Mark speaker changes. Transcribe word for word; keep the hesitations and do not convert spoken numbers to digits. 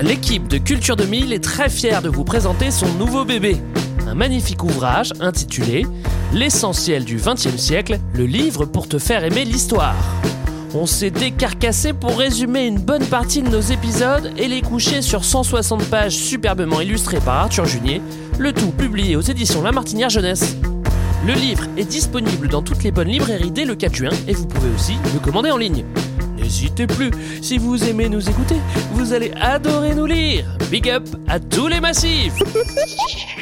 Speaker 1: L'équipe de Culture deux mille est très fière de vous présenter son nouveau bébé. Un magnifique ouvrage intitulé « L'essentiel du vingtième siècle, le livre pour te faire aimer l'histoire ». On s'est décarcassé pour résumer une bonne partie de nos épisodes et les coucher sur cent soixante pages superbement illustrées par Arthur Junier, le tout publié aux éditions La Martinière Jeunesse. Le livre est disponible dans toutes les bonnes librairies dès le quatre juin et vous pouvez aussi le commander en ligne. N'hésitez plus, si vous aimez nous écouter, vous allez adorer nous lire. Big up à tous les massifs.